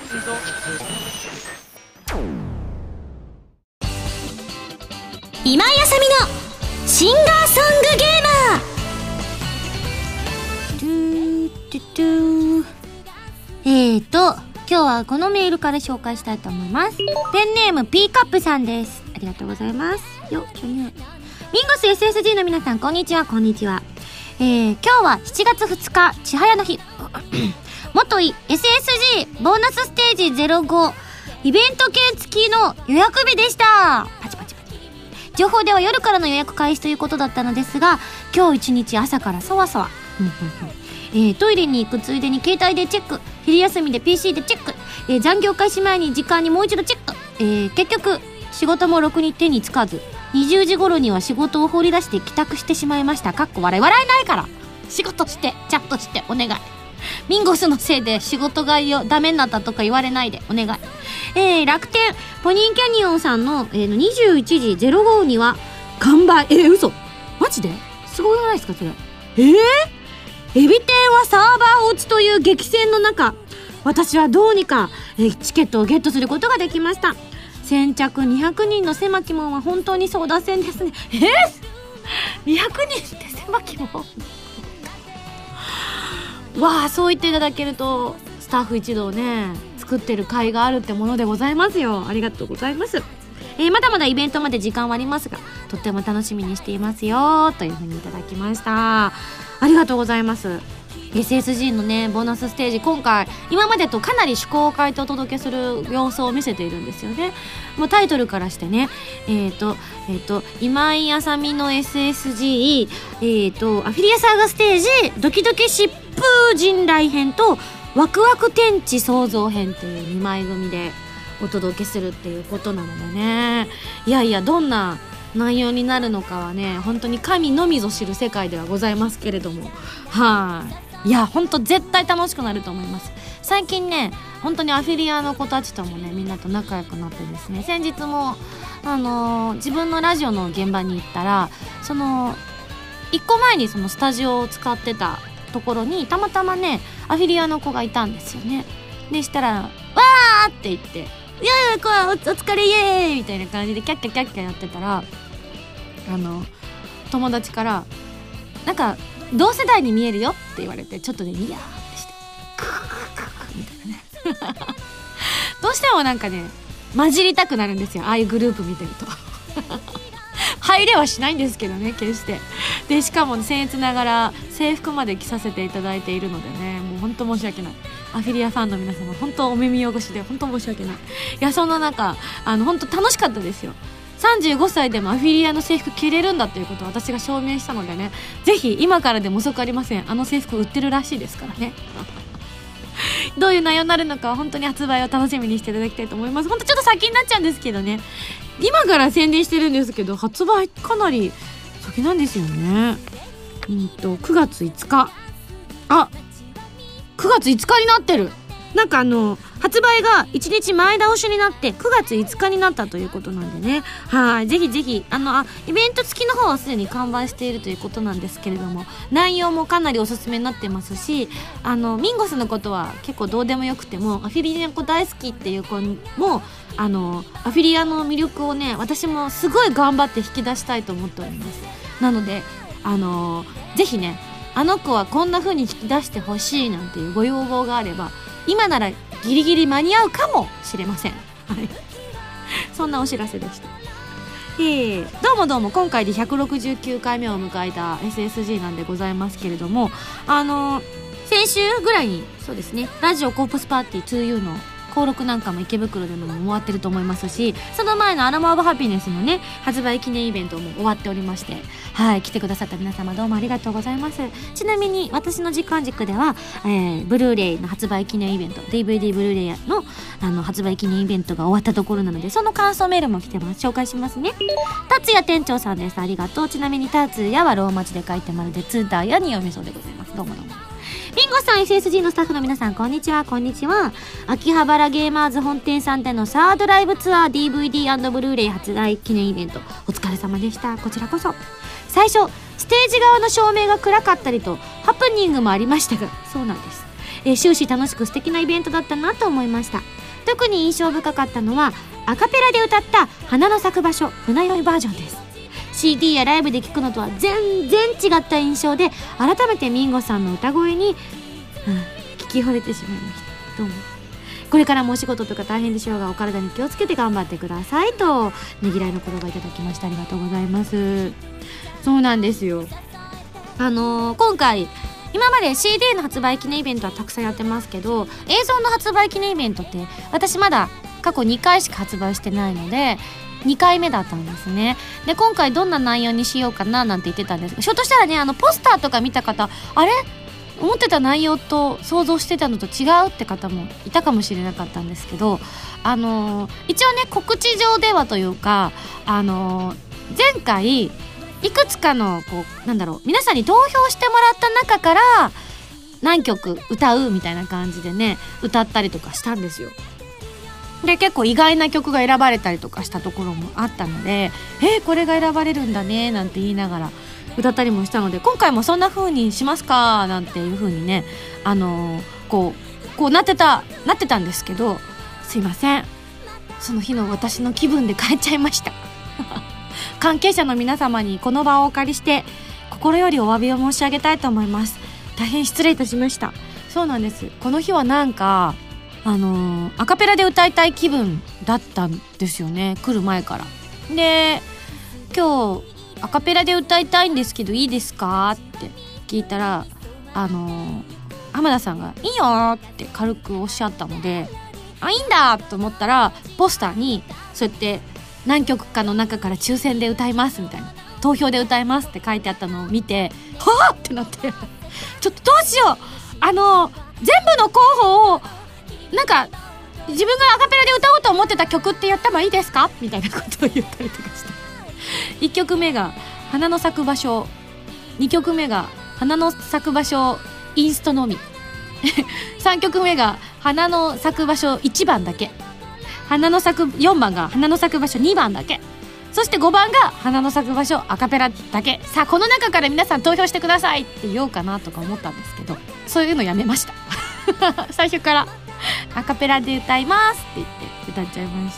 今井あさみのシンガーソングゲーマー。今日はこのメールから紹介したいと思います。ペンネーム P カップさんです。ありがとうございます。ミンゴス SSG の皆さん、こんにちは。こんにちは。今日は7月2日千早の日元い SSG ボーナスステージ05イベント券付きの予約日でした。パチパチパチ。情報では夜からの予約開始ということだったのですが、今日一日朝からそわそわトイレに行くついでに携帯でチェック、昼休みで PC でチェック、残業開始前に時間にもう一度チェック、結局仕事もろくに手につかず、20時頃には仕事を放り出して帰宅してしまいました。かっこ笑えないから仕事してちゃんとしてお願い。ミンゴスのせいで仕事がダメになったとか言われないでお願い。楽天ポニーキャニオンさんの、21時05には完売。嘘マジですごいじゃないですかそれ。エビ天はサーバー落ちという激戦の中、私はどうにか、チケットをゲットすることができました。先着200人の狭き門は本当に争奪戦ですね。200人って狭き門わあ、そう言っていただけるとスタッフ一同ね作ってる甲斐があるってものでございますよ。ありがとうございます。まだまだイベントまで時間はありますが、とっても楽しみにしていますよというふうにいただきました。ありがとうございます。 SSG のねボーナスステージ、今回今までとかなり趣向を変えてお届けする様子を見せているんですよね。もうタイトルからしてね、今井あさみの SSG、アフィリアサーガステージドキドキ疾風陣雷編とワクワク天地創造編という2枚組でお届けするっていうことなのでね、いやいやどんな内容になるのかはね本当に神のみぞ知る世界ではございますけれども、いや本当絶対楽しくなると思います。最近ね本当にアフィリアの子たちともねみんなと仲良くなってですね、先日も自分のラジオの現場に行ったら、その1個前にそのスタジオを使ってたところにたまたまねアフィリアの子がいたんですよね。でしたらわーって言って、いやいやこれお疲れイエーイみたいな感じでキャッキャキャッキャやってたら、友達からなんか同世代に見えるよって言われて、ちょっとねニヤーってしてクーみたいなねどうしてもなんかね混じりたくなるんですよ、ああいうグループ見てると入れはしないんですけどね決して。でしかも僭越ながら制服まで着させていただいているのでね、もう本当申し訳ない。アフィリアファンの皆様本当お耳汚しで本当申し訳ない。いやそんな中本当楽しかったですよ。35歳でもアフィリアの制服着れるんだということを私が証明したのでね、ぜひ今からでも遅くありません。制服売ってるらしいですからねどういう内容になるのかは本当に発売を楽しみにしていただきたいと思います。本当ちょっと先になっちゃうんですけどね、今から宣伝してるんですけど発売かなり先なんですよね。9月5日9月5日になってる。なんか発売が1日前倒しになって9月5日になったということなんでね、ぜひぜひイベント付きの方はすでに完売しているということなんですけれども、内容もかなりおすすめになってますし、ミンゴスのことは結構どうでもよくてもアフィリアの子大好きっていう子もアフィリアの魅力をね私もすごい頑張って引き出したいと思っております。なのでぜひねあの子はこんな風に引き出してほしいなんていうご要望があれば今ならギリギリ間に合うかもしれませんそんなお知らせでした。どうも今回で169回目を迎えた SSG なんでございますけれども、先週ぐらいにそうですねラジオコープスパーティー 2U の登録なんかも池袋でも終わってると思いますし、その前のアロマオブハピネスのね発売記念イベントも終わっておりまして、来てくださった皆様どうもありがとうございます。ちなみに私の時間軸では、ブルーレイの発売記念イベント DVD ブルーレイの発売記念イベントが終わったところなので、その感想メールも来てます。紹介しますね。達也店長さんです。ありがとう。ちなみに達也はローマ字で書いてまるでツーターやに読めそうでございます。どうもどうも。ミンゴさん SSG のスタッフの皆さんこんにちは。こんにちは。秋葉原ゲーマーズ本店さんでのサードライブツアー DVD& ブルーレイ発売記念イベントお疲れ様でした。こちらこそ。最初ステージ側の照明が暗かったりとハプニングもありましたが、そうなんです、終始楽しく素敵なイベントだったなと思いました。 特に印象深かったのはアカペラで歌った花の咲く場所船酔いバージョンです。 CD やライブで聴くのとは全然違った印象で、改めてミンゴさんの歌声に、聞き惚れてしまいました。どうもこれからもお仕事とか大変でしょうが、お体に気をつけて頑張ってくださいとねぎらいの言葉いただきました。ありがとうございます。そうなんですよ。今回今まで CD の発売記念イベントはたくさんやってますけど、映像の発売記念イベントって私まだ過去2回しか発売してないので2回目だったんですね。で今回どんな内容にしようかななんて言ってたんですが、ひょっとしたらねポスターとか見た方、あれ思ってた内容と想像してたのと違うって方もいたかもしれなかったんですけど、一応ね告知上ではというか、前回いくつかの皆さんに投票してもらった中から何曲歌うみたいな感じでね歌ったりとかしたんですよ。で結構意外な曲が選ばれたりとかしたところもあったので、これが選ばれるんだねなんて言いながら歌ったりもしたので、今回もそんな風にしますかなんていう風にねこうなってたんですけど、すいません、その日の私の気分で変えちゃいました関係者の皆様にこの場をお借りして心よりお詫びを申し上げたいと思います。大変失礼いたしました。そうなんです、この日はなんかアカペラで歌いたい気分だったんですよね、来る前から。で今日アカペラで歌いたいんですけどいいですかって聞いたら浜田さんがいいよって軽くおっしゃったので、いいんだと思ったらポスターにそうやって何曲かの中から抽選で歌いますみたいな、投票で歌いますって書いてあったのを見てはぁってなってちょっとどうしよう、全部の候補をなんか自分がアカペラで歌おうと思ってた曲って言ってもいいですかみたいなことを言ったりとかして1曲目が花の咲く場所、2曲目が花の咲く場所インストのみ3曲目が花の咲く場所1番だけ、4番が花の咲く場所2番だけ、そして5番が花の咲く場所アカペラだけ。さあこの中から皆さん投票してくださいって言おうかなとか思ったんですけど、そういうのやめました最初からアカペラで歌いますって言って歌っちゃいました。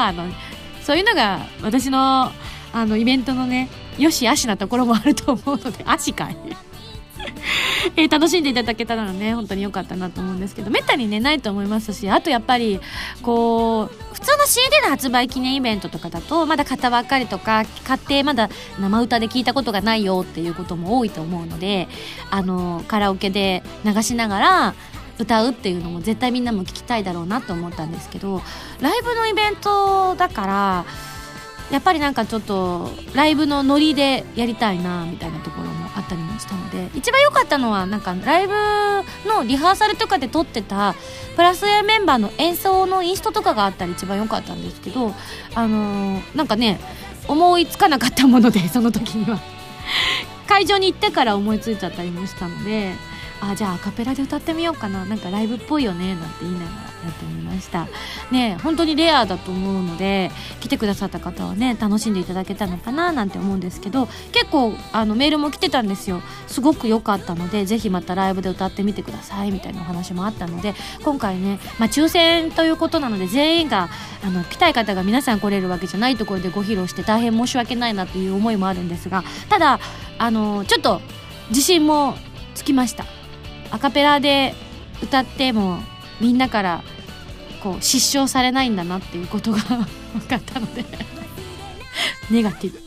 そういうのが私のイベントのねよし悪しなところもあると思うので、悪しかい楽しんでいただけたらね本当に良かったなと思うんですけど、めったにねないと思いますし、あとやっぱり普通の CD の発売記念イベントとかだとまだ買ったばっかりとか買ってまだ生歌で聞いたことがないよっていうことも多いと思うので、カラオケで流しながら歌うっていうのも絶対みんなも聞きたいだろうなと思ったんですけど、ライブのイベントだからやっぱりなんかちょっとライブのノリでやりたいなみたいなところもあったりもしたので、一番良かったのはなんかライブのリハーサルとかで撮ってたプラス A メンバーの演奏のインストとかがあったり一番良かったんですけど、なんかね思いつかなかったものでその時には会場に行ってから思いついちゃったりもしたので、じゃあアカペラで歌ってみようかな、なんかライブっぽいよねなんて言いながらやってみましたね。本当にレアだと思うので来てくださった方はね楽しんでいただけたのかななんて思うんですけど、結構メールも来てたんですよ。すごく良かったのでぜひまたライブで歌ってみてくださいみたいなお話もあったので、今回ね、抽選ということなので全員が来たい方が皆さん来れるわけじゃないところでご披露して大変申し訳ないなという思いもあるんですが、ただちょっと自信もつきました。アカペラで歌ってもみんなから失笑されないんだなっていうことが分かったのでネガティブ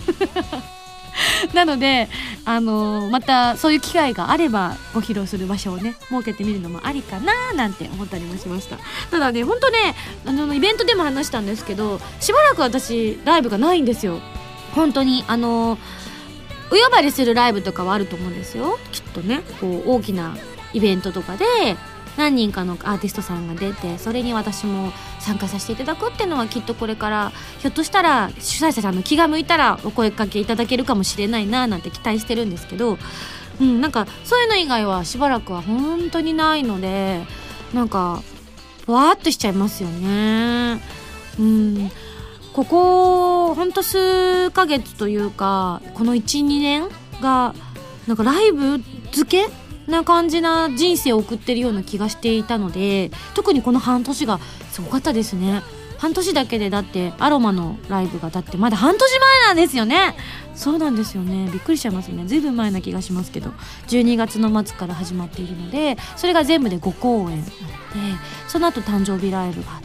なのでまたそういう機会があればご披露する場所をね設けてみるのもありかななんて思ったりもしました。ただね本当ねイベントでも話したんですけど、しばらく私ライブがないんですよ。本当にお呼ばれするライブとかはあると思うんですよきっとね。大きなイベントとかで何人かのアーティストさんが出て、それに私も参加させていただくっていうのはきっとこれからひょっとしたら主催者さんの気が向いたらお声かけいただけるかもしれないななんて期待してるんですけど、なんかそういうの以外はしばらくは本当にないので、なんかわーっとしちゃいますよね。ここほんと数ヶ月というかこの 1,2 年がなんかライブ漬けな感じな人生を送ってるような気がしていたので、特にこの半年がすごかったですね。半年だけでだってアロマのライブがだってまだ半年前なんですよね。そうなんですよね、びっくりしちゃいますね。ずいぶん前な気がしますけど、12月の末から始まっているので、それが全部で5公演あって、その後誕生日ライブがあって、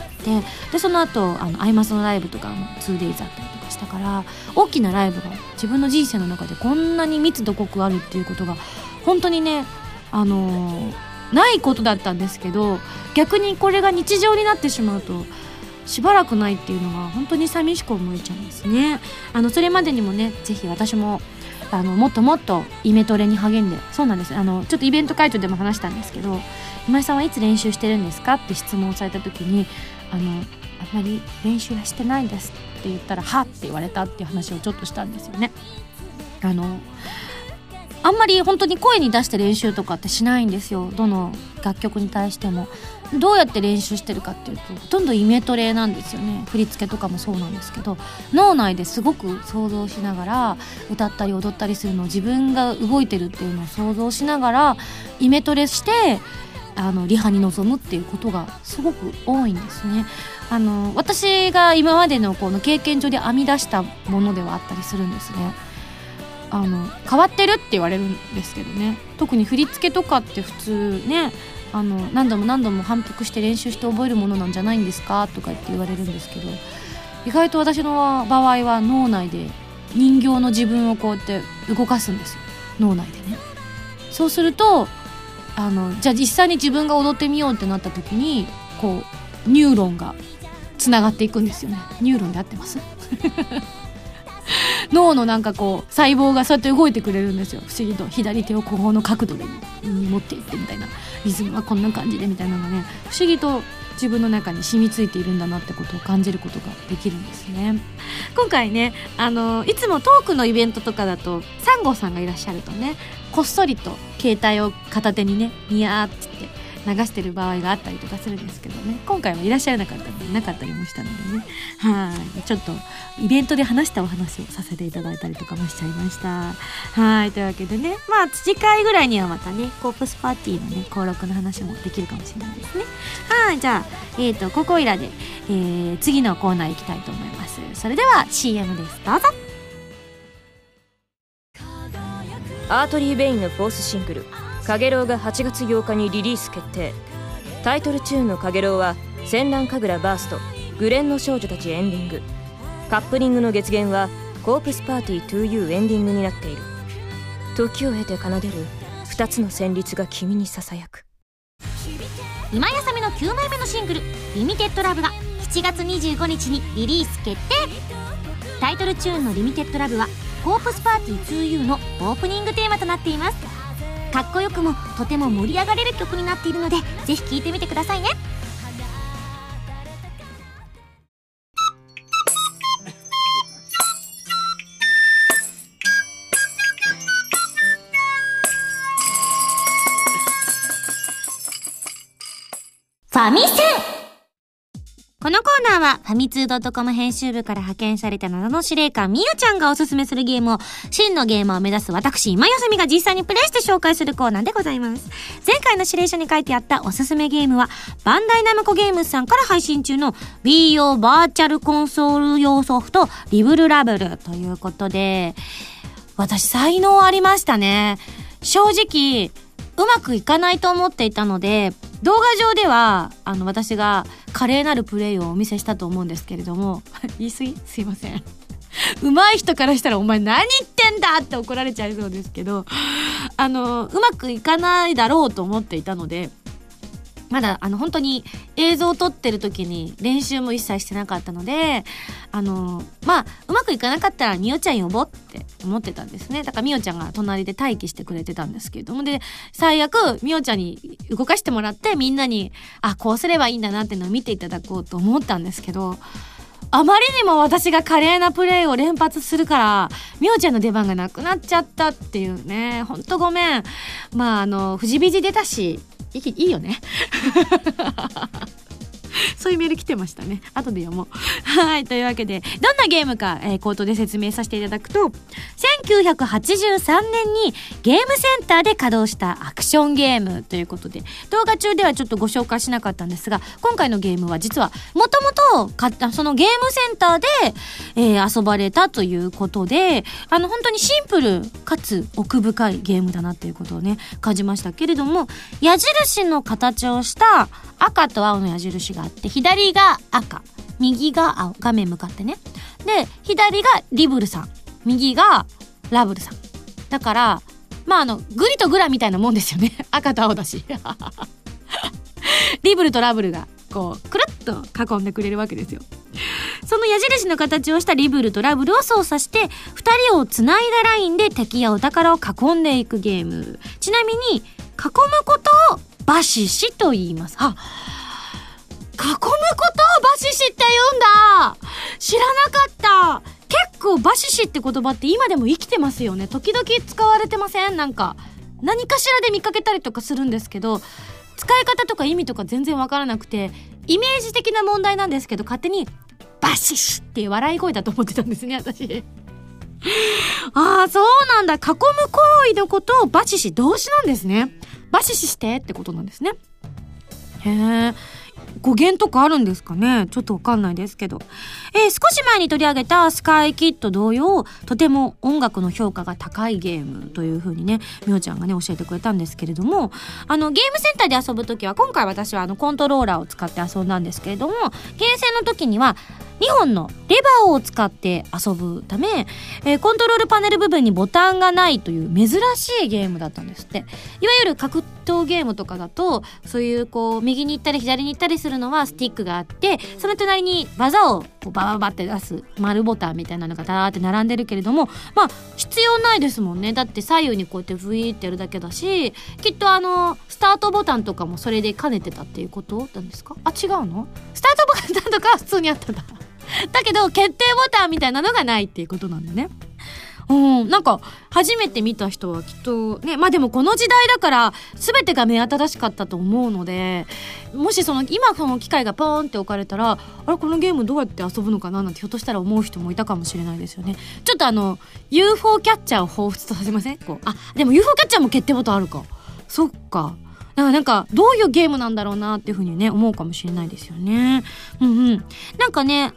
でその後アイマスのライブとかも 2days あったりとかしたから、大きなライブが自分の人生の中でこんなに密度濃くあるっていうことが本当にね、ないことだったんですけど、逆にこれが日常になってしまうとしばらくないっていうのが本当に寂しく思えちゃうんですね。それまでにもね、ぜひ私ももっともっとイメトレに励んで、そうなんです、ちょっとイベント会場でも話したんですけど、今井さんはいつ練習してるんですかって質問をされた時に、あんまり練習はしてないんですって言ったら、はって言われたっていう話をちょっとしたんですよね。あんまり本当に声に出して練習とかってしないんですよ。どの楽曲に対しても。どうやって練習してるかっていうと、ほとんどイメトレなんですよね。振り付けとかもそうなんですけど、脳内ですごく想像しながら歌ったり踊ったりするのを、自分が動いてるっていうのを想像しながらイメトレしてリハに臨むっていうことがすごく多いんですね。私が今までのこの経験上で編み出したものではあったりするんですね。変わってるって言われるんですけどね。特に振り付けとかって普通ね、何度も何度も反復して練習して覚えるものなんじゃないんですかとかって言われるんですけど、意外と私の場合は脳内で人形の自分をこうやって動かすんですよ、脳内でね。そうするとじゃあ実際に自分が踊ってみようってなった時に、こうニューロンがつながっていくんですよね。ニューロンで合ってます脳のなんかこう細胞がそうやって動いてくれるんですよ、不思議と。左手をこの角度で持っていってみたいな、リズムはこんな感じでみたいなのね、不思議と自分の中に染みついているんだなってことを感じることができるんですね。今回ね、いつもトークのイベントとかだとサンゴさんがいらっしゃるとね、こっそりと携帯を片手にね、ニヤーって言って流してる場合があったりとかするんですけどね、今回はいらっしゃらなかったのでなかったりもしたのでね、ちょっとイベントで話したお話をさせていただいたりとかもしちゃいました。というわけでね、次回ぐらいにはまたね、コープスパーティーのね、登録の話もできるかもしれないですね。じゃあここいらで、次のコーナー行きたいと思います。それでは CM です、どうぞ。 アートリー・ベインのフォースシングルかげろうが8月8日にリリース決定。タイトルチューンのかげろうは戦乱神楽バーストグレンの少女たちエンディング、カップリングの月限はコープスパーティー 2U エンディングになっている。時を経て奏でる2つの旋律が君にささやく。 今井あさみの9枚目のシングルリミテッドラブが7月25日にリリース決定。タイトルチューンのリミテッドラブはコープスパーティー 2U のオープニングテーマとなっています。かっこよくもとても盛り上がれる曲になっているので、ぜひ聴いてみてくださいね。ファミセン。このコーナーはファミツー .com 編集部から派遣された謎の司令官みゆちゃんがおすすめするゲームを真のゲーマーを目指す私今よさみが実際にプレイして紹介するコーナーでございます。前回の指令書に書いてあったおすすめゲームはバンダイナムコゲームズさんから配信中の Wii 用バーチャルコンソール用ソフトリブルラブルということで、私才能ありましたね。正直うまくいかないと思っていたので、動画上では私が華麗なるプレイをお見せしたと思うんですけれども言い過ぎすいません上手い人からしたらお前何言ってんだって怒られちゃいそうですけど、うまくいかないだろうと思っていたので、まだ本当に映像を撮ってる時に練習も一切してなかったので、うまくいかなかったらみおちゃん呼ぼうって思ってたんですね。だからみおちゃんが隣で待機してくれてたんですけれども、で最悪みおちゃんに動かしてもらってみんなにこうすればいいんだなっていうのを見ていただこうと思ったんですけど、あまりにも私が華麗なプレイを連発するからみおちゃんの出番がなくなっちゃったっていうね。ほんとごめん。くじびじ出たしいいよねそういうメール来てましたね。後で読もう。はい。というわけで、どんなゲームか、口頭で説明させていただくと、1983年にゲームセンターで稼働したアクションゲームということで、動画中ではちょっとご紹介しなかったんですが、今回のゲームは実は、もともと、そのゲームセンターで、遊ばれたということで、本当にシンプルかつ奥深いゲームだなっていうことをね、感じましたけれども、矢印の形をした赤と青の矢印があって、左が赤、右が青、画面向かってね。で、左がリブルさん、右がラブルさん。だから、グリとグラみたいなもんですよね。赤と青だし。リブルとラブルが、こう、くるっと囲んでくれるわけですよ。その矢印の形をしたリブルとラブルを操作して、二人をつないだラインで敵やお宝を囲んでいくゲーム。ちなみに、囲むことをバシシと言います。囲むことをバシシって言うんだ。知らなかった。結構バシシって言葉って今でも生きてますよね。時々使われてません？何かしらで見かけたりとかするんですけど、使い方とか意味とか全然わからなくて、イメージ的な問題なんですけど、勝手にバシシっていう笑い声だと思ってたんですね、私。ああ、そうなんだ。囲む行為のことをバシシ、動詞なんですね。バシシしてってことなんですね。へえ。語源とかあるんですかね、ちょっとわかんないですけど、少し前に取り上げたスカイキッド同様、とても音楽の評価が高いゲームという風にね、みおちゃんがね教えてくれたんですけれども、ゲームセンターで遊ぶときは、今回私はコントローラーを使って遊んだんですけれども、ゲーセンの時には2本のレバーを使って遊ぶため、コントロールパネル部分にボタンがないという珍しいゲームだったんですって。いわゆる格闘ゲームとかだと、そういうこう右に行ったり左に行ったりするのはスティックがあって、その隣に技をこうバババって出す丸ボタンみたいなのがダーって並んでるけれども、必要ないですもんね。だって左右にこうやってフィーってやるだけだし、きっとスタートボタンとかもそれで兼ねてたっていうことなんですか？あ、違うの？スタートボタンとかは普通にあったんだ。だけど決定ボタンみたいなのがないっていうことなんだね。なんか初めて見た人はきっとね、でもこの時代だから全てが目新しかったと思うので、もし今その機械がポーンって置かれたら、あれこのゲームどうやって遊ぶのかななんてひょっとしたら思う人もいたかもしれないですよね。ちょっとUFO キャッチャーを彷彿とさせません？でも UFO キャッチャーも決定ボタンあるか。そっか。なんかどういうゲームなんだろうなっていう風にね思うかもしれないですよね。なんかね、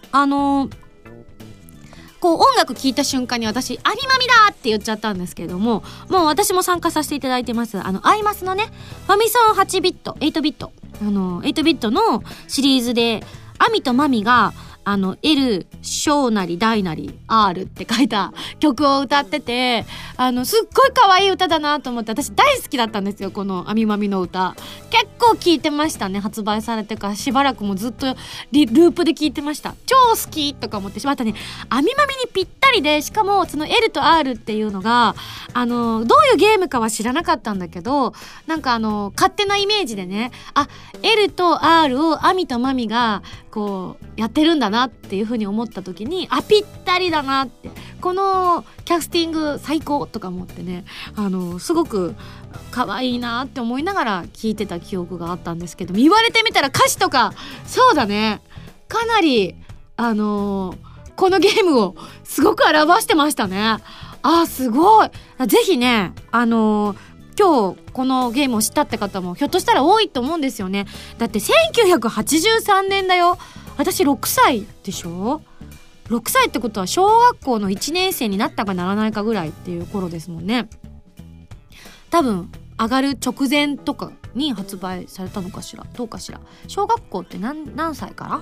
こう音楽聴いた瞬間に私アニマミだって言っちゃったんですけれども、もう私も参加させていただいてますアイマスのね、ファミソン8ビット8ビット8ビットのシリーズで、アミとマミがL 小なり大なり R って書いた曲を歌ってて、すっごい可愛い歌だなと思って、私大好きだったんですよ、このアミマミの歌。結構聴いてましたね。発売されてからしばらくもずっとループで聴いてました。超好きとか思ってしまったね。アミマミにぴったりで、しかもその L と R っていうのがどういうゲームかは知らなかったんだけど、なんか勝手なイメージでね、L と R をアミとマミがこうやってるんだなっていう風に思った時に、ぴったりだなって、このキャスティング最高とか思ってね、すごく可愛いなって思いながら聴いてた記憶があったんですけど、言われてみたら歌詞とかそうだね、かなりこのゲームをすごく表してましたね。すごい。ぜひね今日このゲームを知ったって方もひょっとしたら多いと思うんですよね。だって1983年だよ。私6歳でしょ。6歳ってことは小学校の1年生になったかならないかぐらいっていう頃ですもんね。多分上がる直前とかに発売されたのかしら、どうかしら。小学校って何歳から？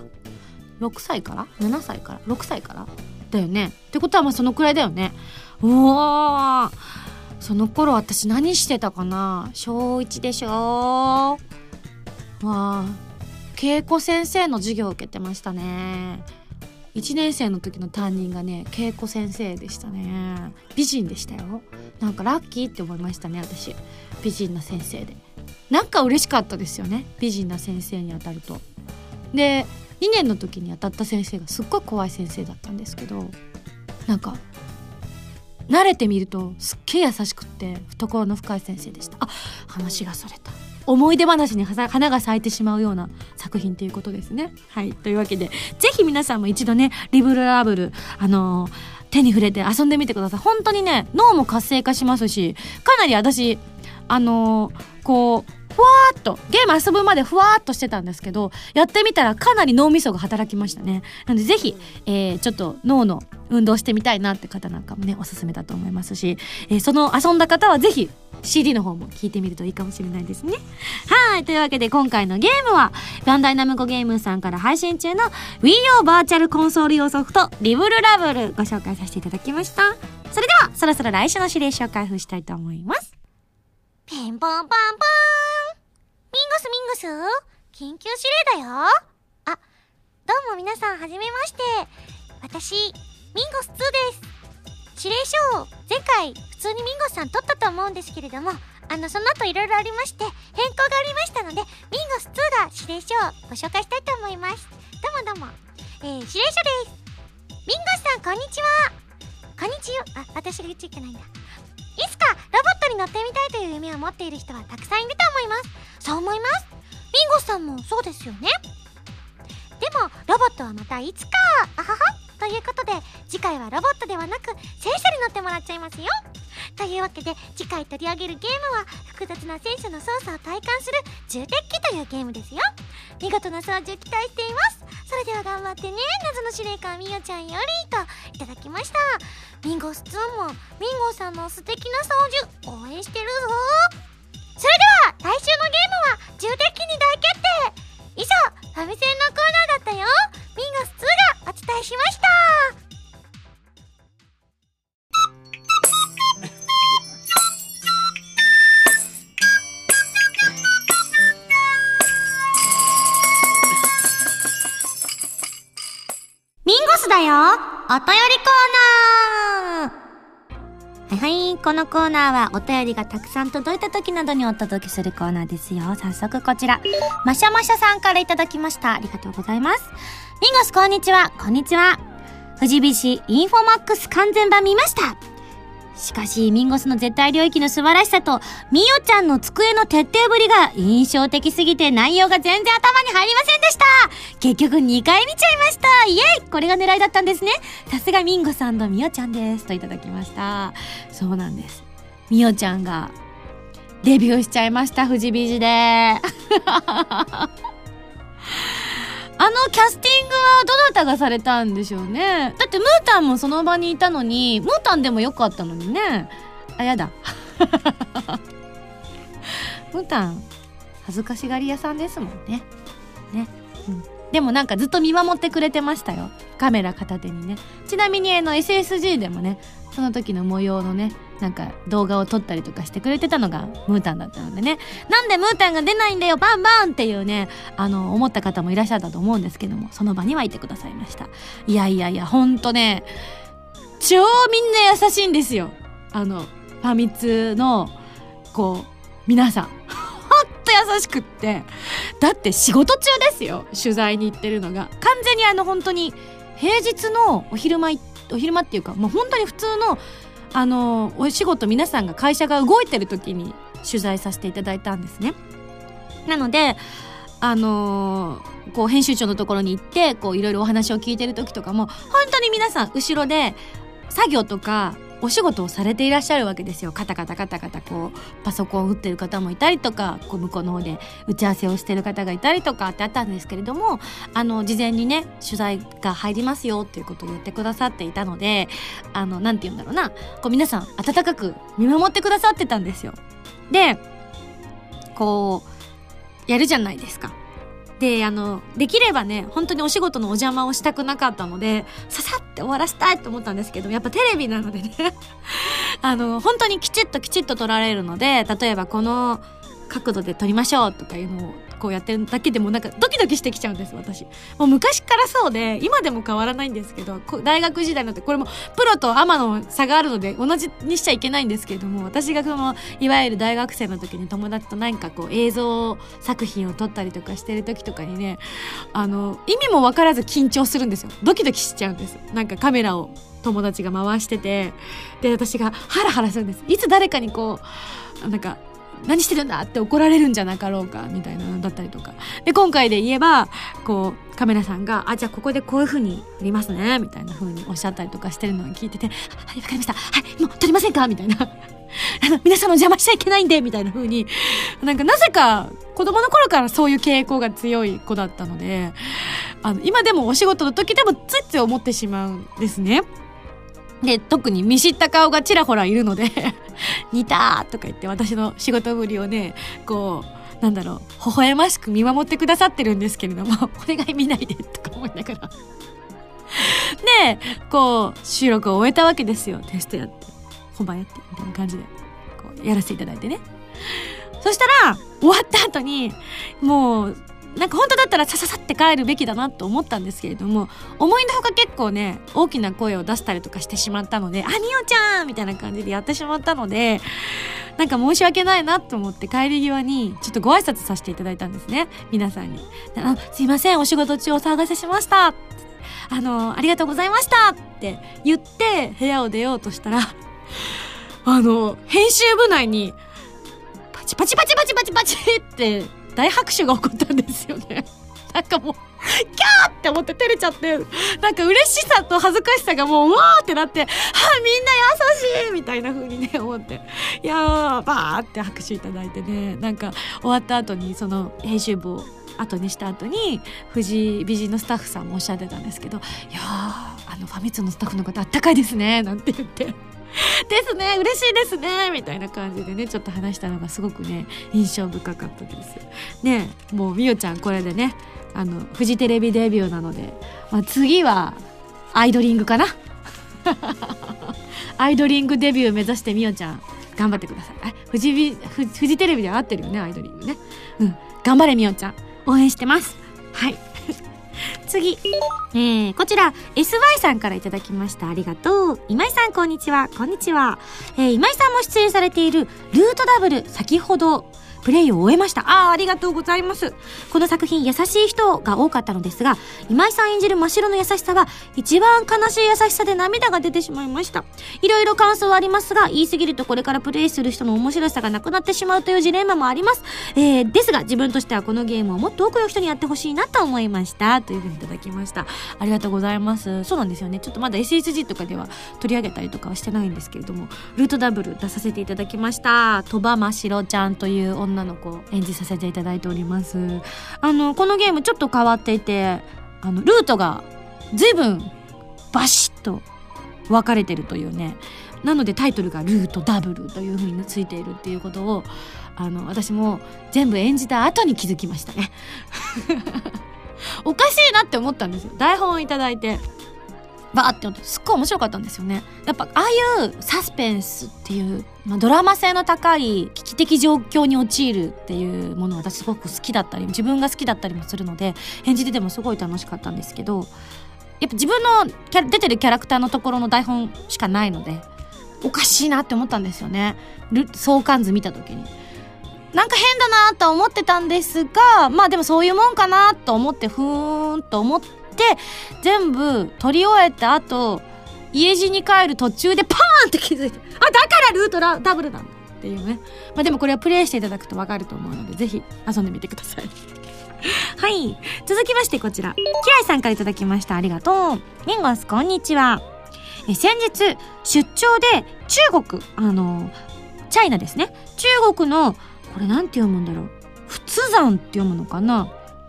6 歳から 7 歳から6歳からだよね。ってことはそのくらいだよね。その頃私何してたかな。小1でしょ。恵子先生の授業を受けてましたね。1年生の時の担任がね、恵子先生でしたね。美人でしたよ。なんかラッキーって思いましたね、私。美人な先生で。なんか嬉しかったですよね、美人な先生に当たると。で、2年の時に当たった先生がすっごい怖い先生だったんですけど、なんか慣れてみるとすっげえ優しくって懐の深い先生でした。話がそれた。 思い出話に花が咲いてしまうような作品ということですね。はい、というわけでぜひ皆さんも一度ねリブルラブル手に触れて遊んでみてください。本当にね脳も活性化しますし、かなり私こうふわーっとゲーム遊ぶまでふわーっとしてたんですけど、やってみたらかなり脳みそが働きましたね。なのでぜひ、ちょっと脳の運動してみたいなって方なんかもねおすすめだと思いますし、その遊んだ方はぜひ CD の方も聞いてみるといいかもしれないですね。はい、というわけで今回のゲームはバンダイナムコゲームさんから配信中の Wii U バーチャルコンソール用ソフトリブルラブルご紹介させていただきました。それではそろそろ来週の指令書を開封したいと思います。 ピンポンパンポーン、ミンゴス緊急指令だよ。あ、どうも皆さんはじめまして。私ミンゴス2です。指令書を前回普通にミンゴスさん取ったと思うんですけれども、その後いろいろありまして変更がありましたので、ミンゴス2が指令書をご紹介したいと思います。どうも指令書です。ミンゴスさんこんにちは。こんにちは。私が言っちゃいけないんだ。いつかロボットに乗ってみたいという夢を持っている人はたくさんいると思います。そう思います。ミンゴスさんもそうですよね。でもロボットはまたいつか、あはは。ということで次回はロボットではなく戦車に乗ってもらっちゃいますよ。というわけで次回取り上げるゲームは複雑な戦車の操作を体感する重鉄機というゲームですよ。見事な操縦期待しています。それでは頑張ってね。謎の司令官みよちゃんよりといただきました。ミンゴス2もミンゴさんの素敵な操縦応援してるぞ。それでは来週のゲームは重鉄機に大決定。以上ファミセンのコーナーだったよ。ミンゴス2がお伝えしました。ミンゴスだよ、お便りコーナー。はい、このコーナーはお便りがたくさん届いた時などにお届けするコーナーですよ。早速こちらマシャマシャさんからいただきました。ありがとうございます。ミンゴスこんにちは。こんにちは。富士ビシインフォマックス完全版見ました。しかしミンゴスの絶対領域の素晴らしさとミヨちゃんの机の徹底ぶりが印象的すぎて内容が全然頭に入りませんでした。結局2回見ちゃいました。イエイ、これが狙いだったんですね。さすがミンゴさんとミヨちゃんですといただきました。そうなんです、ミヨちゃんがデビューしちゃいました、富士ビジでキャスティングはどなたがされたんでしょうね。だってムータンもその場にいたのに、ムータンでもよかったのにね。あ、やだムータン恥ずかしがり屋さんですもんね。ね、うん、でもなんかずっと見守ってくれてましたよ、カメラ片手にね。ちなみにSSG でもね、その時の模様のね、なんか動画を撮ったりとかしてくれてたのがムータンだったのでね、なんでムータンが出ないんだよバンバンっていうね、思った方もいらっしゃったと思うんですけども、その場にはいてくださいました。いやいやいや、ほんとね、超みんな優しいんですよ。ファミ通のこう皆さんほんと優しくって、だって仕事中ですよ、取材に行ってるのが。完全に本当に平日のお昼間っていうか、もう本当に普通のお仕事、皆さんが会社が動いてる時に取材させていただいたんですね。なのでこう編集長のところに行ってこういろいろお話を聞いてる時とかも、本当に皆さん後ろで作業とかお仕事をされていらっしゃるわけですよ。カタカタカタカタこうパソコンを打ってる方もいたりとか、こう向こうの方で打ち合わせをしてる方がいたりとかってあったんですけれども、事前にね取材が入りますよっていうことを言ってくださっていたので、なんて言うんだろうな、こう皆さん温かく見守ってくださってたんですよ。でこうやるじゃないですか。でできればね、本当にお仕事のお邪魔をしたくなかったので、ささって終わらせたいと思ったんですけど、やっぱテレビなのでね本当にきちっと撮られるので、例えばこの角度で撮りましょうとかいうのをこうやってるだけでもなんかドキドキしてきちゃうんです。私もう昔からそうで、今でも変わらないんですけど、大学時代のってこれもプロとアマの差があるので同じにしちゃいけないんですけれども、私がいわゆる大学生の時に友達と何かこう映像作品を撮ったりとかしてる時とかにね、意味も分からず緊張するんですよ。ドキドキしちゃうんです。なんかカメラを友達が回してて、で私がハラハラするんです。いつ誰かにこうなんか何してるんだって怒られるんじゃなかろうかみたいなのだったりとかで、今回で言えばこうカメラさんがじゃあここでこういう風に撮りますねみたいな風におっしゃったりとかしてるのを聞いてて、はい、わかりました、はいもう撮りませんかみたいな皆さんの邪魔しちゃいけないんでみたいな風になぜか子供の頃からそういう傾向が強い子だったので、今でもお仕事の時でもついつい思ってしまうんですね。で、特に見知った顔がちらほらいるので似たとか言って私の仕事ぶりをね、こう微笑ましく見守ってくださってるんですけれどもお願い見ないでとか思いながらで、こう収録を終えたわけですよ。テストやって本番やってみたいな感じでこうやらせていただいてね。そしたら終わった後にもう本当だったらさささって帰るべきだなと思ったんですけれども、思いのほか結構ね大きな声を出したりとかしてしまったので、みおちゃんみたいな感じでやってしまったので、申し訳ないなと思って帰り際にちょっとご挨拶させていただいたんですね、皆さんに。すいません、お仕事中お騒がせしました、ありがとうございましたって言って部屋を出ようとしたら編集部内にパチパチパチパチパチパチって大拍手が起こったんですよね。もうキャーって思って照れちゃって、嬉しさと恥ずかしさがもううわーってなって、みんな優しいみたいな風にね思って、いやーバーって拍手いただいてね、終わった後にその編集部を後にした後に藤井美人のスタッフさんもおっしゃってたんですけど、いやーファミ通のスタッフの方あったかいですねなんて言ってですね、嬉しいですねみたいな感じでねちょっと話したのがすごくね印象深かったですね。もうみおちゃんこれでねフジテレビデビューなので、次はアイドリングかなアイドリングデビュー目指してみおちゃん頑張ってください。フジテレビでは合ってるよね、アイドリングね。頑張れみおちゃん、応援してます。はい次、こちら SY さんからいただきました。ありがとう。今井さんこんにちは。こんにちは。今井さんも出演されているルートダブル、先ほどプレイを終えました。ありがとうございます。この作品優しい人が多かったのですが、今井さん演じる真白の優しさは一番悲しい優しさで涙が出てしまいました。いろいろ感想はありますが、言い過ぎるとこれからプレイする人の面白さがなくなってしまうというジレンマもあります。ですが自分としてはこのゲームをもっと多くの人にやってほしいなと思いましたというふうにいただきました。ありがとうございます。そうなんですよね、ちょっとまだ SSG とかでは取り上げたりとかはしてないんですけれども、ルートダブル出させていただきました。鳥羽真白ちゃんという女の子を演じさせていただいております。このゲームちょっと変わっていて、ルートが随分バシッと分かれてるというね。なのでタイトルがルートダブルという風についているっていうことを私も全部演じた後に気づきましたねおかしいなって思ったんですよ。台本をいただいてバーって思ってすっごい面白かったんですよね。やっぱああいうサスペンスっていう、ドラマ性の高い危機的状況に陥るっていうものを私すごく好きだったり、自分が好きだったりもするので演じててもすごい楽しかったんですけど、やっぱ自分の出てるキャラクターのところの台本しかないのでおかしいなって思ったんですよね。相関図見た時に変だなと思ってたんですが、でもそういうもんかなと思ってふーんと思って全部撮り終えた後家路に帰る途中でパーンって気づいて、だからルートダブルなんだっていうね。でもこれはプレイしていただくと分かると思うのでぜひ遊んでみてくださいはい、続きましてこちらキライさんからいただきました。ありがとう。ニンゴスこんにちは。先日出張で中国チャイナですね、中国のこれなんて読むんだろう、仏山って読むのかな、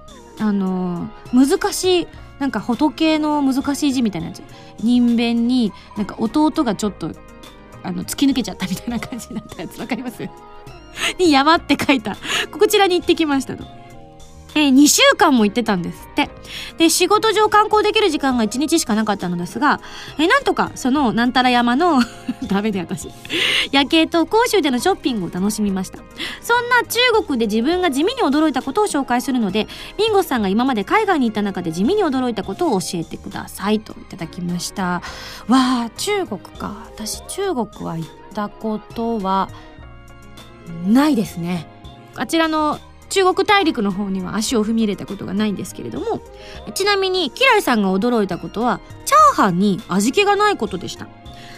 難しい仏の難しい字みたいなやつ、人弁に弟がちょっと突き抜けちゃったみたいな感じになったやつ、わかりますに山って書いたこちらに行ってきましたと。2週間も行ってたんですって。で、仕事上観光できる時間が1日しかなかったのですが、なんとかそのなんたら山のダメで私夜景と広州でのショッピングを楽しみました。そんな中国で自分が地味に驚いたことを紹介するので、ミンゴスさんが今まで海外に行った中で地味に驚いたことを教えてくださいといただきました。中国か。私中国は行ったことはないですね。あちらの中国大陸の方には足を踏み入れたことがないんですけれども、ちなみにキライさんが驚いたことはチャーハンに味気がないことでした。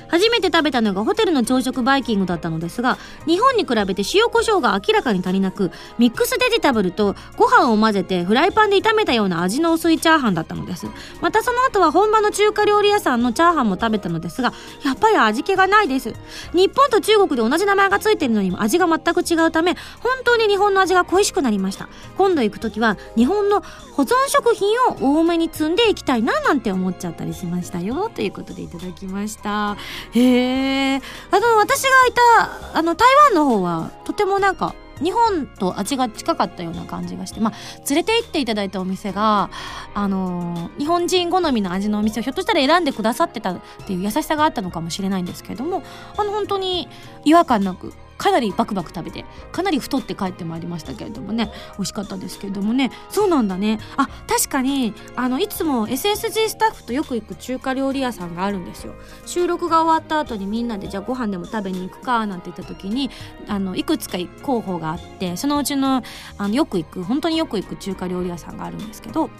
初めて食べたのがホテルの朝食バイキングだったのですが、日本に比べて塩コショウが明らかに足りなく、ミックスベジタブルとご飯を混ぜてフライパンで炒めたような味の薄いチャーハンだったのです。またその後は本場の中華料理屋さんのチャーハンも食べたのですが、やっぱり味気がないです。日本と中国で同じ名前がついているのにも味が全く違うため、本当に日本の味が恋しくなりました。今度行くときは日本の保存食品を多めに積んでいきたいななんて思っちゃったりしましたよ、ということでいただきました。へえ。私がいた台湾の方はとてもなんか日本と味が近かったような感じがして、連れて行っていただいたお店が日本人好みの味のお店をひょっとしたら選んでくださってたっていう優しさがあったのかもしれないんですけれども、本当に違和感なくかなりバクバク食べて、かなり太って帰ってまいりましたけれどもね、美味しかったですけれどもね。そうなんだね。確かにいつも SSG スタッフとよく行く中華料理屋さんがあるんですよ。収録が終わった後にみんなでじゃあご飯でも食べに行くかなんて言った時にいくつか候補があって、そのうちの本当によく行く中華料理屋さんがあるんですけど、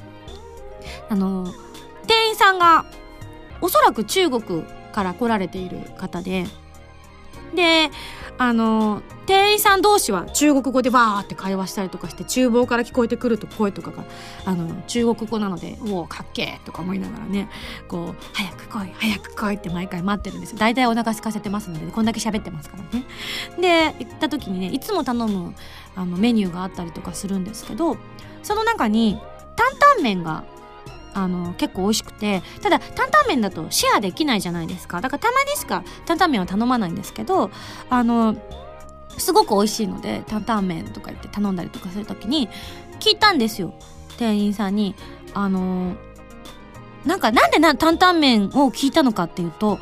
店員さんがおそらく中国から来られている方で、店員さん同士は中国語でわーって会話したりとかして、厨房から聞こえてくると声とかが中国語なので、おーかっけーとか思いながらね、こう早く来い早く来いって毎回待ってるんですよ。だいたいお腹空かせてますので、こんだけ喋ってますからね。で行った時にね、いつも頼むメニューがあったりとかするんですけど、その中に担々麺が結構美味しくて、ただ担々麺だとシェアできないじゃないですか。だからたまにしか担々麺は頼まないんですけど、すごく美味しいので担々麺とか言って頼んだりとかするときに聞いたんですよ、店員さんに。なんで担々麺を聞いたのかっていうと、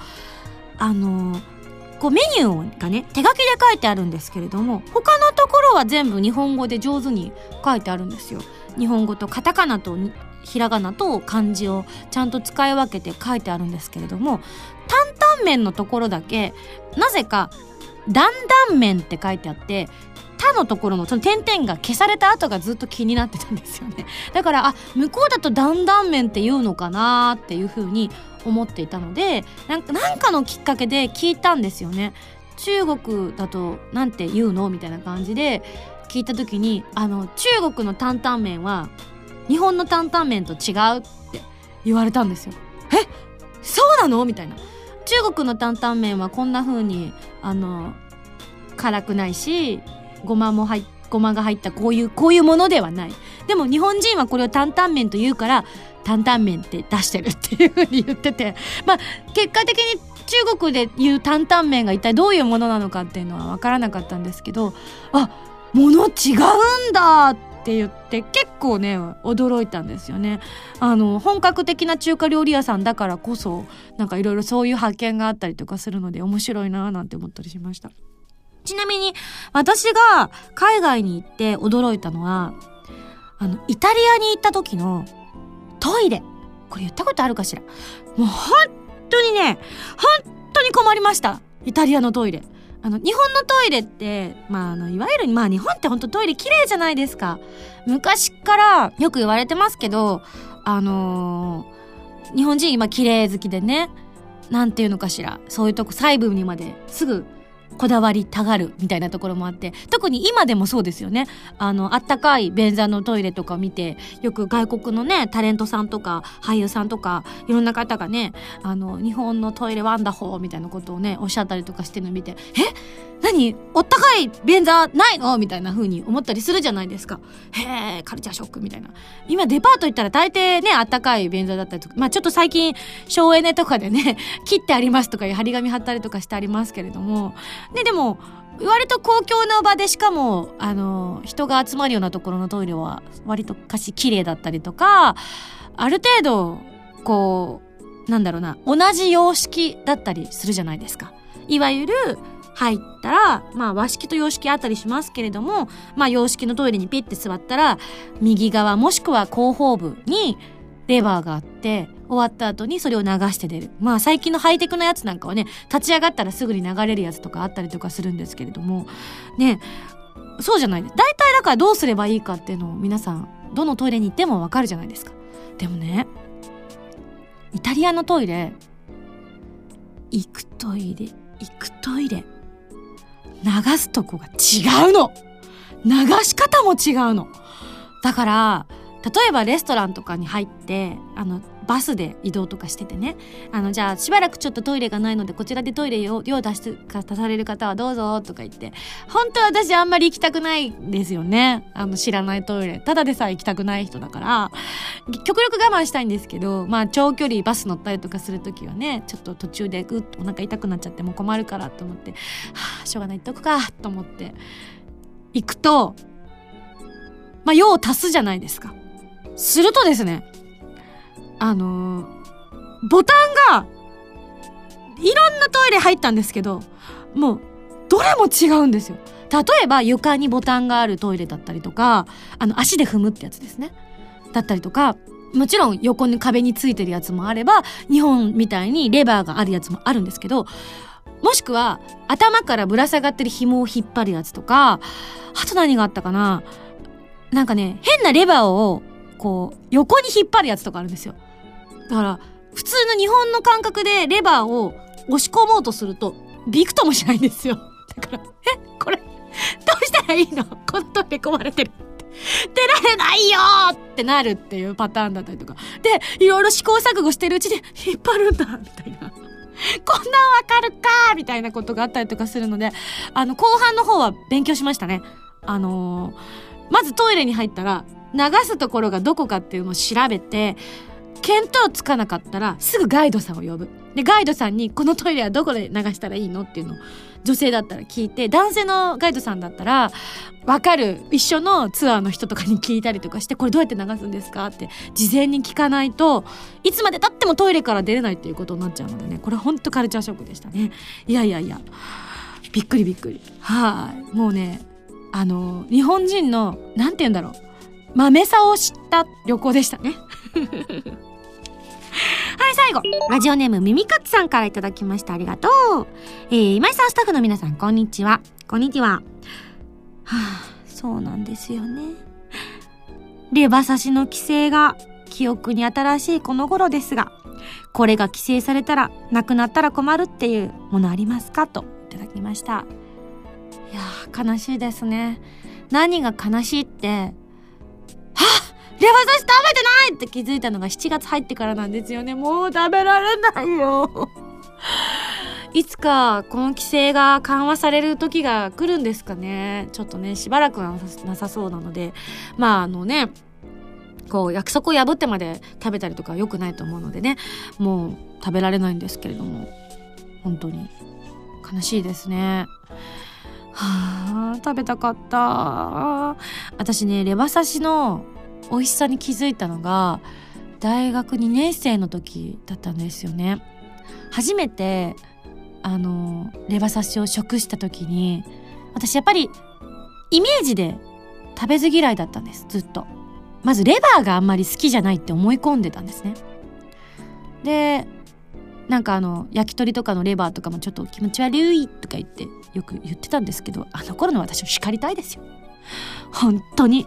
こうメニューがね手書きで書いてあるんですけれども、他のところは全部日本語で上手に書いてあるんですよ。日本語とカタカナとひらがなと漢字をちゃんと使い分けて書いてあるんですけれども、担々麺のところだけなぜか担々麺って書いてあって、他のところのその点々が消された後がずっと気になってたんですよね。だから向こうだと担々麺って言うのかなっていう風に思っていたので、なんかのきっかけで聞いたんですよね。中国だとなんて言うのみたいな感じで聞いた時に、中国の担々麺は日本の担々麺と違うって言われたんですよ。そうなのみたいな。中国の担々麺はこんな風に辛くないし、ごまが入ったこういうものではない。でも日本人はこれを担々麺と言うから担々麺って出してるっていう風に言ってて、結果的に中国で言う担々麺が一体どういうものなのかっていうのは分からなかったんですけど、もの違うんだって言って結構ね驚いたんですよね。本格的な中華料理屋さんだからこそなんかいろいろそういう発見があったりとかするので面白いななんて思ったりしました。ちなみに私が海外に行って驚いたのはイタリアに行った時のトイレ。これ言ったことあるかしら。もう本当に困りました。イタリアのトイレ。日本のトイレっていわゆる日本って本当トイレ綺麗じゃないですか。昔からよく言われてますけど日本人今綺麗好きでね、なんていうのかしら、そういうとこ細部にまですぐこだわりたがるみたいなところもあって、特に今でもそうですよね。あったかい便座のトイレとか見て、よく外国のねタレントさんとか俳優さんとかいろんな方がね日本のトイレワンダホーみたいなことをねおっしゃったりとかしてるのを見て、何おったかい便座ないのみたいな風に思ったりするじゃないですか。カルチャーショックみたいな。今デパート行ったら大抵ねあったかい便座だったりとか、ちょっと最近省エネとかでね切ってありますとかいう張り紙貼ったりとかしてありますけれどもね、でも割と公共の場で、しかも人が集まるようなところのトイレは割と綺麗だったりとか、ある程度こう同じ様式だったりするじゃないですか。いわゆる入ったら和式と洋式あったりしますけれども、洋式のトイレにピッて座ったら右側もしくは後方部にレバーがあって、終わった後にそれを流して出る。最近のハイテクなやつなんかはね、立ち上がったらすぐに流れるやつとかあったりとかするんですけれどもね、そうじゃないです。大体だからどうすればいいかっていうのを皆さんどのトイレに行ってもわかるじゃないですか。でもね、イタリアのトイレ行くトイレ流すとこが違うの。流し方も違うの。だから例えばレストランとかに入ってバスで移動とかしててね、じゃあしばらくちょっとトイレがないのでこちらでトイレを用出される方はどうぞとか言って、本当は私あんまり行きたくないんですよね。知らないトイレただでさえ行きたくない人だから極力我慢したいんですけど、長距離バス乗ったりとかするときはね、ちょっと途中でグッとお腹痛くなっちゃっても困るからと思って、しょうがない行っとくかと思って行くと、用を足すじゃないですか。するとですね、ボタンがいろんなトイレ入ったんですけど、もうどれも違うんですよ。例えば床にボタンがあるトイレだったりとか、足で踏むってやつですね、だったりとか、もちろん横に壁についてるやつもあれば、日本みたいにレバーがあるやつもあるんですけど、もしくは頭からぶら下がってる紐を引っ張るやつとか、あと何があったかな、なんかね、変なレバーをこう横に引っ張るやつとかあるんですよ。だから普通の日本の感覚でレバーを押し込もうとするとびくともしないんですよ。だからこれどうしたらいいの、このトイレ壊れてるって出られないよってなるっていうパターンだったりとかで、いろいろ試行錯誤してるうちに引っ張るんだみたいな、こんなんわかるかみたいなことがあったりとかするので、後半の方は勉強しましたね。まずトイレに入ったら流すところがどこかっていうのを調べて、見当つかなかったらすぐガイドさんを呼ぶ。でガイドさんにこのトイレはどこで流したらいいのっていうのを女性だったら聞いて、男性のガイドさんだったら分かる一緒のツアーの人とかに聞いたりとかして、これどうやって流すんですかって事前に聞かないといつまで経ってもトイレから出れないっていうことになっちゃうのでね、これほんとカルチャーショックでしたね。いやびっくり。もうね、日本人のなんて言うんだろう、豆さを知った旅行でしたね。はい、最後ラジオネームミミカツさんからいただきました。ありがとう。今井さん、スタッフの皆さん、こんにちは。そうなんですよね。レバ刺しの規制が記憶に新しいこの頃ですが、これが規制されたらなくなったら困るっていうものありますか、といただきました。いやー、悲しいですね。何が悲しいって、レバ刺し食べてないって気づいたのが7月入ってからなんですよね。もう食べられないよ。いつかこの規制が緩和される時が来るんですかね。ちょっとね、しばらくはなさそうなので、こう約束を破ってまで食べたりとかは良くないと思うのでね、もう食べられないんですけれども、本当に悲しいですね。食べたかった。私ね、レバ刺しの美味しさに気づいたのが大学2年生の時だったんですよね。初めてレバ刺しを食した時に、私やっぱりイメージで食べず嫌いだったんです、ずっと。まずレバーがあんまり好きじゃないって思い込んでたんですね。で焼き鳥とかのレバーとかもちょっと気持ち悪いとか言ってよく言ってたんですけど、頃の私を叱りたいですよ、本当に。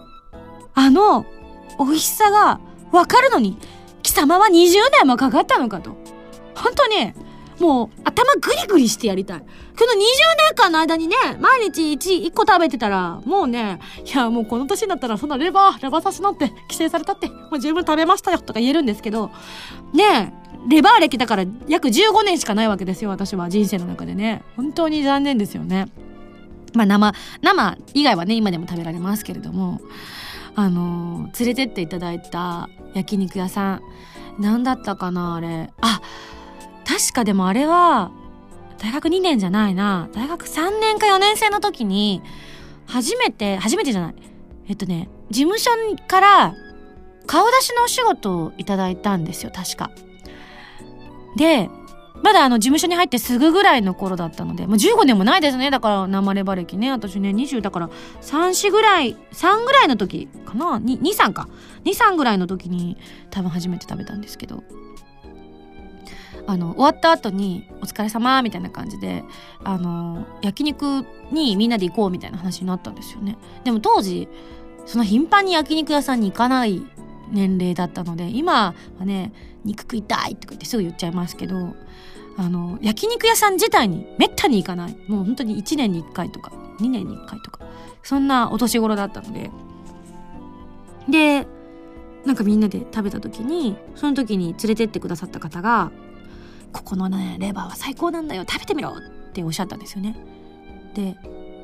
美味しさが分かるのに貴様は20年もかかったのかと。本当にもう頭グリグリしてやりたい。この20年間の間にね、毎日1個食べてたらもうね、いやもうこの年になったらそんなレバー刺しなんて規制されたってもう十分食べましたよとか言えるんですけどね、レバー歴だから約15年しかないわけですよ、私は人生の中でね。本当に残念ですよね。生以外はね今でも食べられますけれども、連れてっていただいた焼肉屋さん、何だったかなあれ。確かでもあれは大学2年じゃないな、大学3年か4年生の時に初めてじゃない事務所から顔出しのお仕事をいただいたんですよ、確か。でまだ事務所に入ってすぐぐらいの頃だったので、もう15年もないですね。だから生レバ歴ね、私ね20だから3ぐらいの時かな、2、3ぐらいの時に多分初めて食べたんですけど、終わった後にお疲れ様みたいな感じで焼肉にみんなで行こうみたいな話になったんですよね。でも当時その頻繁に焼肉屋さんに行かない年齢だったので、今はね肉食いたいとか言ってすぐ言っちゃいますけど、 焼肉屋さん自体にめったに行かない、もう本当に1年に1回とか2年に1回とかそんなお年頃だったので、でなんかみんなで食べた時に、その時に連れてってくださった方が、ここのねレバーは最高なんだよ、食べてみろっておっしゃったんですよね。で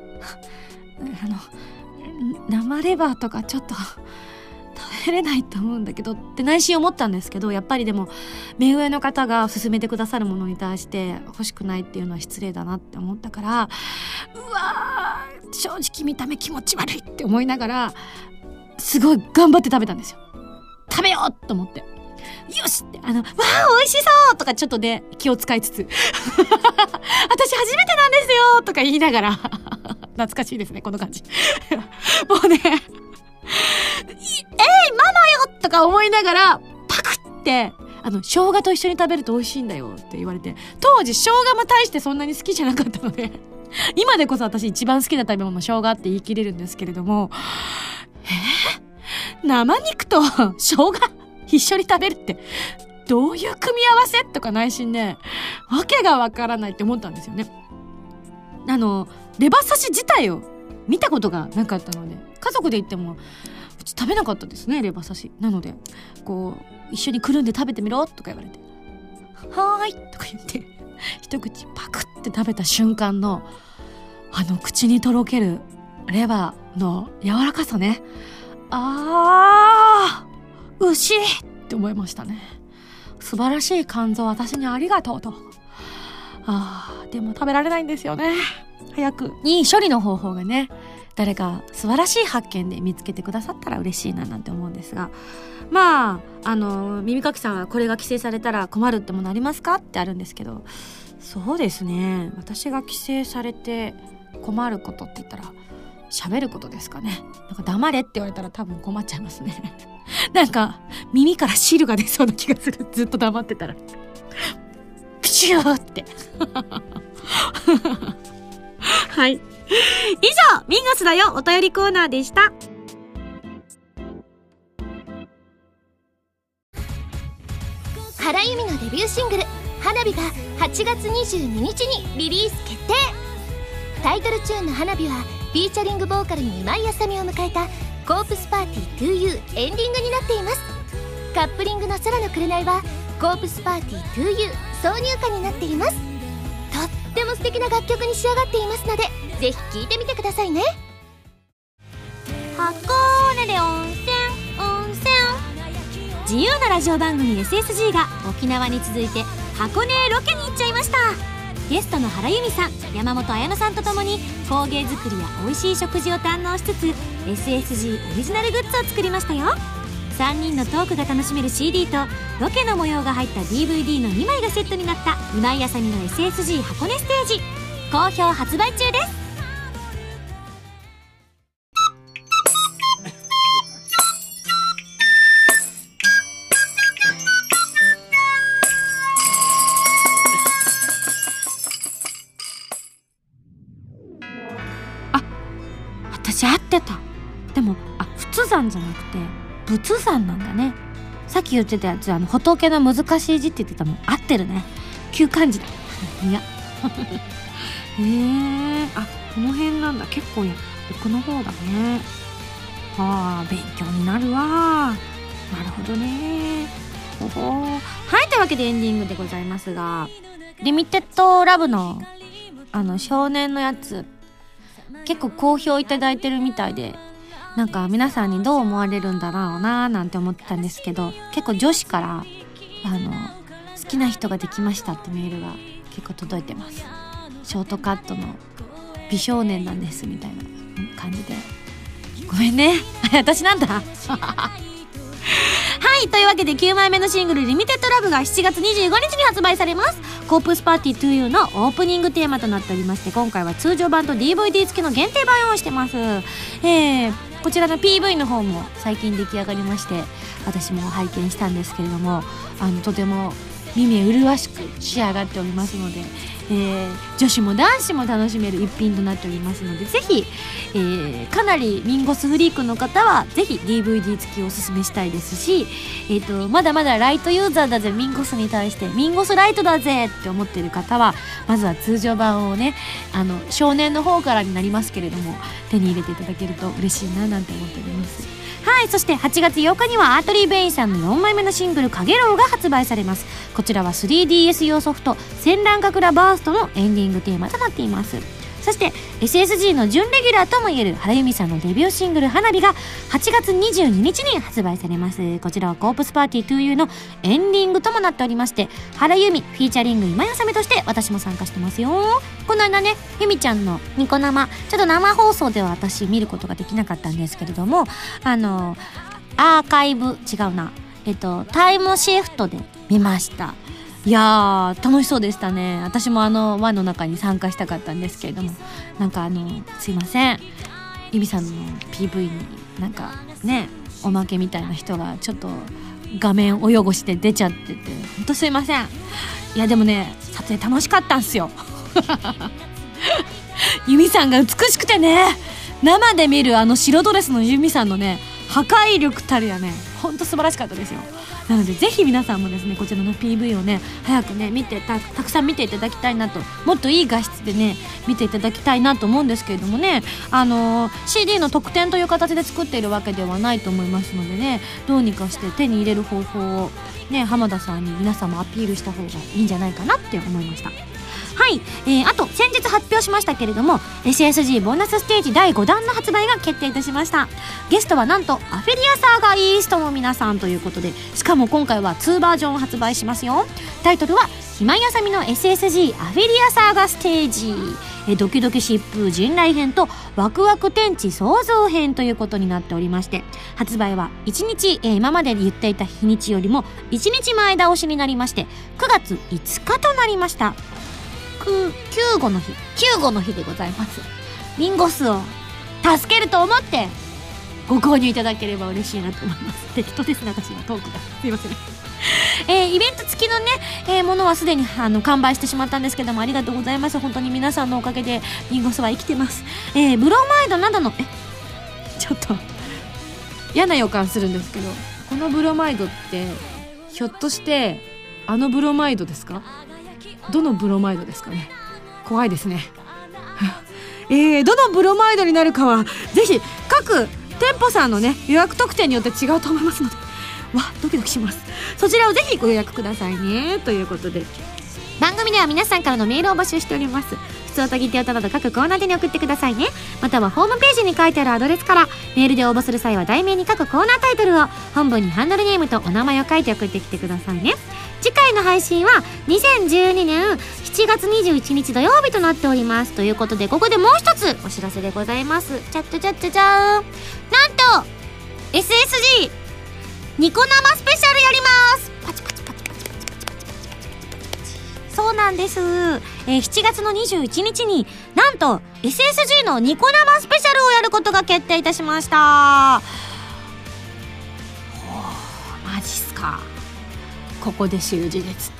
生レバーとかちょっと食べれないと思うんだけどって内心思ったんですけど、やっぱりでも目上の方が勧めてくださるものに対して欲しくないっていうのは失礼だなって思ったから、うわー正直見た目気持ち悪いって思いながらすごい頑張って食べたんですよ。食べようと思って、よしってわー美味しそうとかちょっとね気を使いつつ私初めてなんですよとか言いながら懐かしいですねこの感じもうねママよとか思いながらパクって生姜と一緒に食べると美味しいんだよって言われて、当時生姜も大してそんなに好きじゃなかったので今でこそ私一番好きな食べ物生姜って言い切れるんですけれども、生肉と生姜一緒に食べるってどういう組み合わせとか内心ねわけがわからないって思ったんですよね。レバ刺し自体を見たことがなかったので、家族で行ってもうち食べなかったですねレバ刺し。なのでこう一緒にくるんで食べてみろとか言われて、はーいとか言って一口パクって食べた瞬間の口にとろけるレバーの柔らかさね、牛って思いましたね。素晴らしい肝臓私にありがとうと。でも食べられないんですよね。早くいい処理の方法がね誰か素晴らしい発見で見つけてくださったら嬉しいななんて思うんですが、まあ耳かきさんはこれが規制されたら困るってものありますかってあるんですけど、そうですね、私が規制されて困ることって言ったら喋ることですかね。なんか黙れって言われたら多分困っちゃいますねなんか耳から汁が出そうな気がする、ずっと黙ってたらプシューってはい、以上ミンゴスだよお便りコーナーでした。 原由美のデビューシングル「花火」が8月22日にリリース決定。タイトルチューンの「花火」はフィーチャリングボーカルに今井あさみを迎えた「コープスパーティー 2U」エンディングになっています。カップリングの空の紅はコープスパーティー 2U 挿入歌になっています。とっても素敵な楽曲に仕上がっていますのでぜひ聴いてみてくださいね。 箱根で温泉自由なラジオ番組 SSG が沖縄に続いて箱根へロケに行っちゃいました。ゲストの原由美さん、山本彩乃さんとともに工芸作りや美味しい食事を堪能しつつ SSG オリジナルグッズを作りましたよ。3人のトークが楽しめる CD とロケの模様が入った DVD の2枚がセットになった今井あさみの SSG 箱根ステージ、好評発売中です。 私合ってた。でも仏山じゃなくて仏山なんだね。さっき言ってたやつ仏の難しい字って言ってたもん合ってるね。旧漢字だいやこの辺なんだ。結構奥の方だね。勉強になるわ。なるほどね。はい、というわけでエンディングでございますが、リミテッドラブの少年のやつ結構好評いただいてるみたいで、なんか皆さんにどう思われるんだろうななんて思ってたんですけど、結構女子から好きな人ができましたってメールが結構届いてます。ショートカットの美少年なんですみたいな感じで、ごめんね私なんだはい、というわけで9枚目のシングルリミテッドラブが7月25日に発売されます。コープスパーティー 2U のオープニングテーマとなっておりまして、今回は通常版と DVD 付きの限定版を用意してます。こちらの PV の方も最近出来上がりまして、私も拝見したんですけれども、とても耳麗しく仕上がっておりますので、女子も男子も楽しめる一品となっておりますので、ぜひ、かなりミンゴスフリークの方はぜひ DVD 付きをおすすめしたいですし、まだまだライトユーザーだぜ、ミンゴスに対してミンゴスライトだぜって思っている方は、まずは通常版をね、少年の方からになりますけれども手に入れていただけると嬉しいななんて思っております。はい、そして8月8日にはアートリー・ベインさんの4枚目のシングル「かげろう」が発売されます。こちらは 3DS 用ソフト戦乱神楽バーストのエンディングテーマとなっています。そして SSG の準レギュラーともいえる原由美さんのデビューシングル「花火」が8月22日に発売されます。こちらはコープスパーティー 2U のエンディングともなっておりまして、原由美フィーチャリング今やさめとして私も参加してますよ。この間ね、由美ちゃんのニコ生ちょっと生放送では私見ることができなかったんですけれども、アーカイブ違うなタイムシフトで見ました。いやー楽しそうでしたね。私も輪の中に参加したかったんですけれども、なんかすいません、由美さんの PV になんかねおまけみたいな人がちょっと画面を汚して出ちゃってて、ほんとすいません。いやでもね、撮影楽しかったんすよ由美さんが美しくてね、生で見る白ドレスの由美さんのね破壊力たるやね、ほんと素晴らしかったですよ。なのでぜひ皆さんもですね、こちらの PV をね早くね見てたくさん見ていただきたいなと、もっといい画質でね見ていただきたいなと思うんですけれどもね、CD の特典という形で作っているわけではないと思いますのでね、どうにかして手に入れる方法をね浜田さんに皆さんもアピールした方がいいんじゃないかなって思いました。はい、あと先日発表しましたけれども SSG ボーナスステージ第5弾の発売が決定いたしました。ゲストはなんとアフェリアサーガイーストの皆さんということで、しかも今回は2バージョンを発売しますよ。タイトルは今井あさみの SSG アフェリアサーガステージ、ドキドキ疾風陣雷編とワクワク天地創造編ということになっておりまして、発売は1日、今まで言っていた日にちよりも1日前倒しになりまして9月5日となりました。救護の日でございます。ミンゴスを助けると思ってご購入いただければ嬉しいなと思います。適当ですね、私のトークがすいませんイベント付きのね、ものはすでに完売してしまったんですけども、ありがとうございます。本当に皆さんのおかげでミンゴスは生きてます。ブロマイドなどのちょっと嫌な予感するんですけど、このブロマイドってひょっとしてブロマイドですか？どのブロマイドですかね。怖いですねどのブロマイドになるかはぜひ各店舗さんのね予約特典によって違うと思いますので、ドキドキします。そちらをぜひご予約くださいね。ということで番組では皆さんからのメールを募集しております。普通おたぎておたなど各コーナーでに送ってくださいね。またはホームページに書いてあるアドレスからメールで応募する際は題名に各コーナータイトルを、本文にハンドルネームとお名前を書いて送ってきてくださいね。次回の配信は2012年7月21日土曜日となっております。ということでここでもう一つお知らせでございます。チャッチャチャッチャチャーン、なんと SSG ニコ生スペシャルやります。パチパチパチパチパチパチパチパチ。そうなんです。7月の21日になんと SSG のニコ生スペシャルをやることが決定いたしました。マジっすか。ここで終事です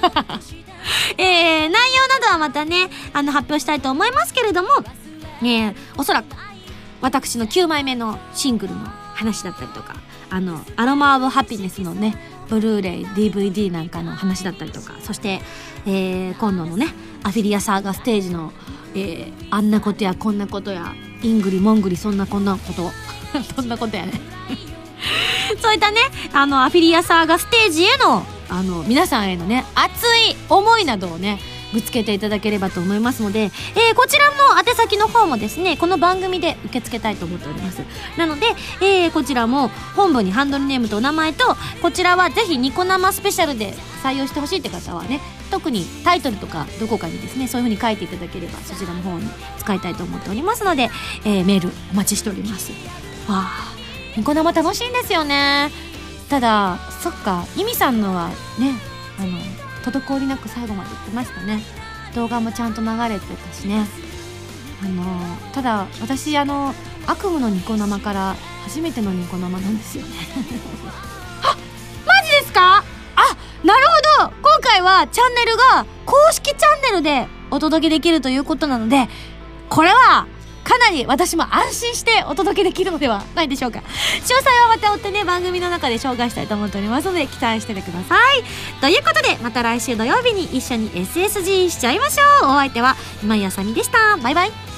内容などはまたね発表したいと思いますけれども、おそらく私の9枚目のシングルの話だったりとか、アロマ・オブ・ハピネスのねブルーレイ DVD なんかの話だったりとか、そして、今度のねアフィリアサーガステージの、あんなことやこんなことやイングリモングリそんなこんなことそんなことやねそういったねアフィリアサーガステージへの皆さんへのね熱い思いなどをねぶつけていただければと思いますので、こちらの宛先の方もですねこの番組で受け付けたいと思っております。なので、こちらも本文にハンドルネームとお名前と、こちらはぜひニコ生スペシャルで採用してほしいって方はね、特にタイトルとかどこかにですねそういう風に書いていただければそちらの方に使いたいと思っておりますので、メールお待ちしております。わあ、ニコ生楽しいんですよね。ただそっか、イミさんのはね滞りなく最後まで言ってましたね。動画もちゃんと流れてたしね。ただ私悪夢のニコ生から初めてのニコ生なんですよねあ、マジですか？あ、なるほど。今はチャンネルが公式チャンネルでお届けできるということなので、これはかなり私も安心してお届けできるのではないでしょうか。詳細はまた追ってね、番組の中で紹介したいと思っておりますので期待しててください。ということでまた来週土曜日に一緒に SSG しちゃいましょう。お相手は今井あさみでした。バイバイ。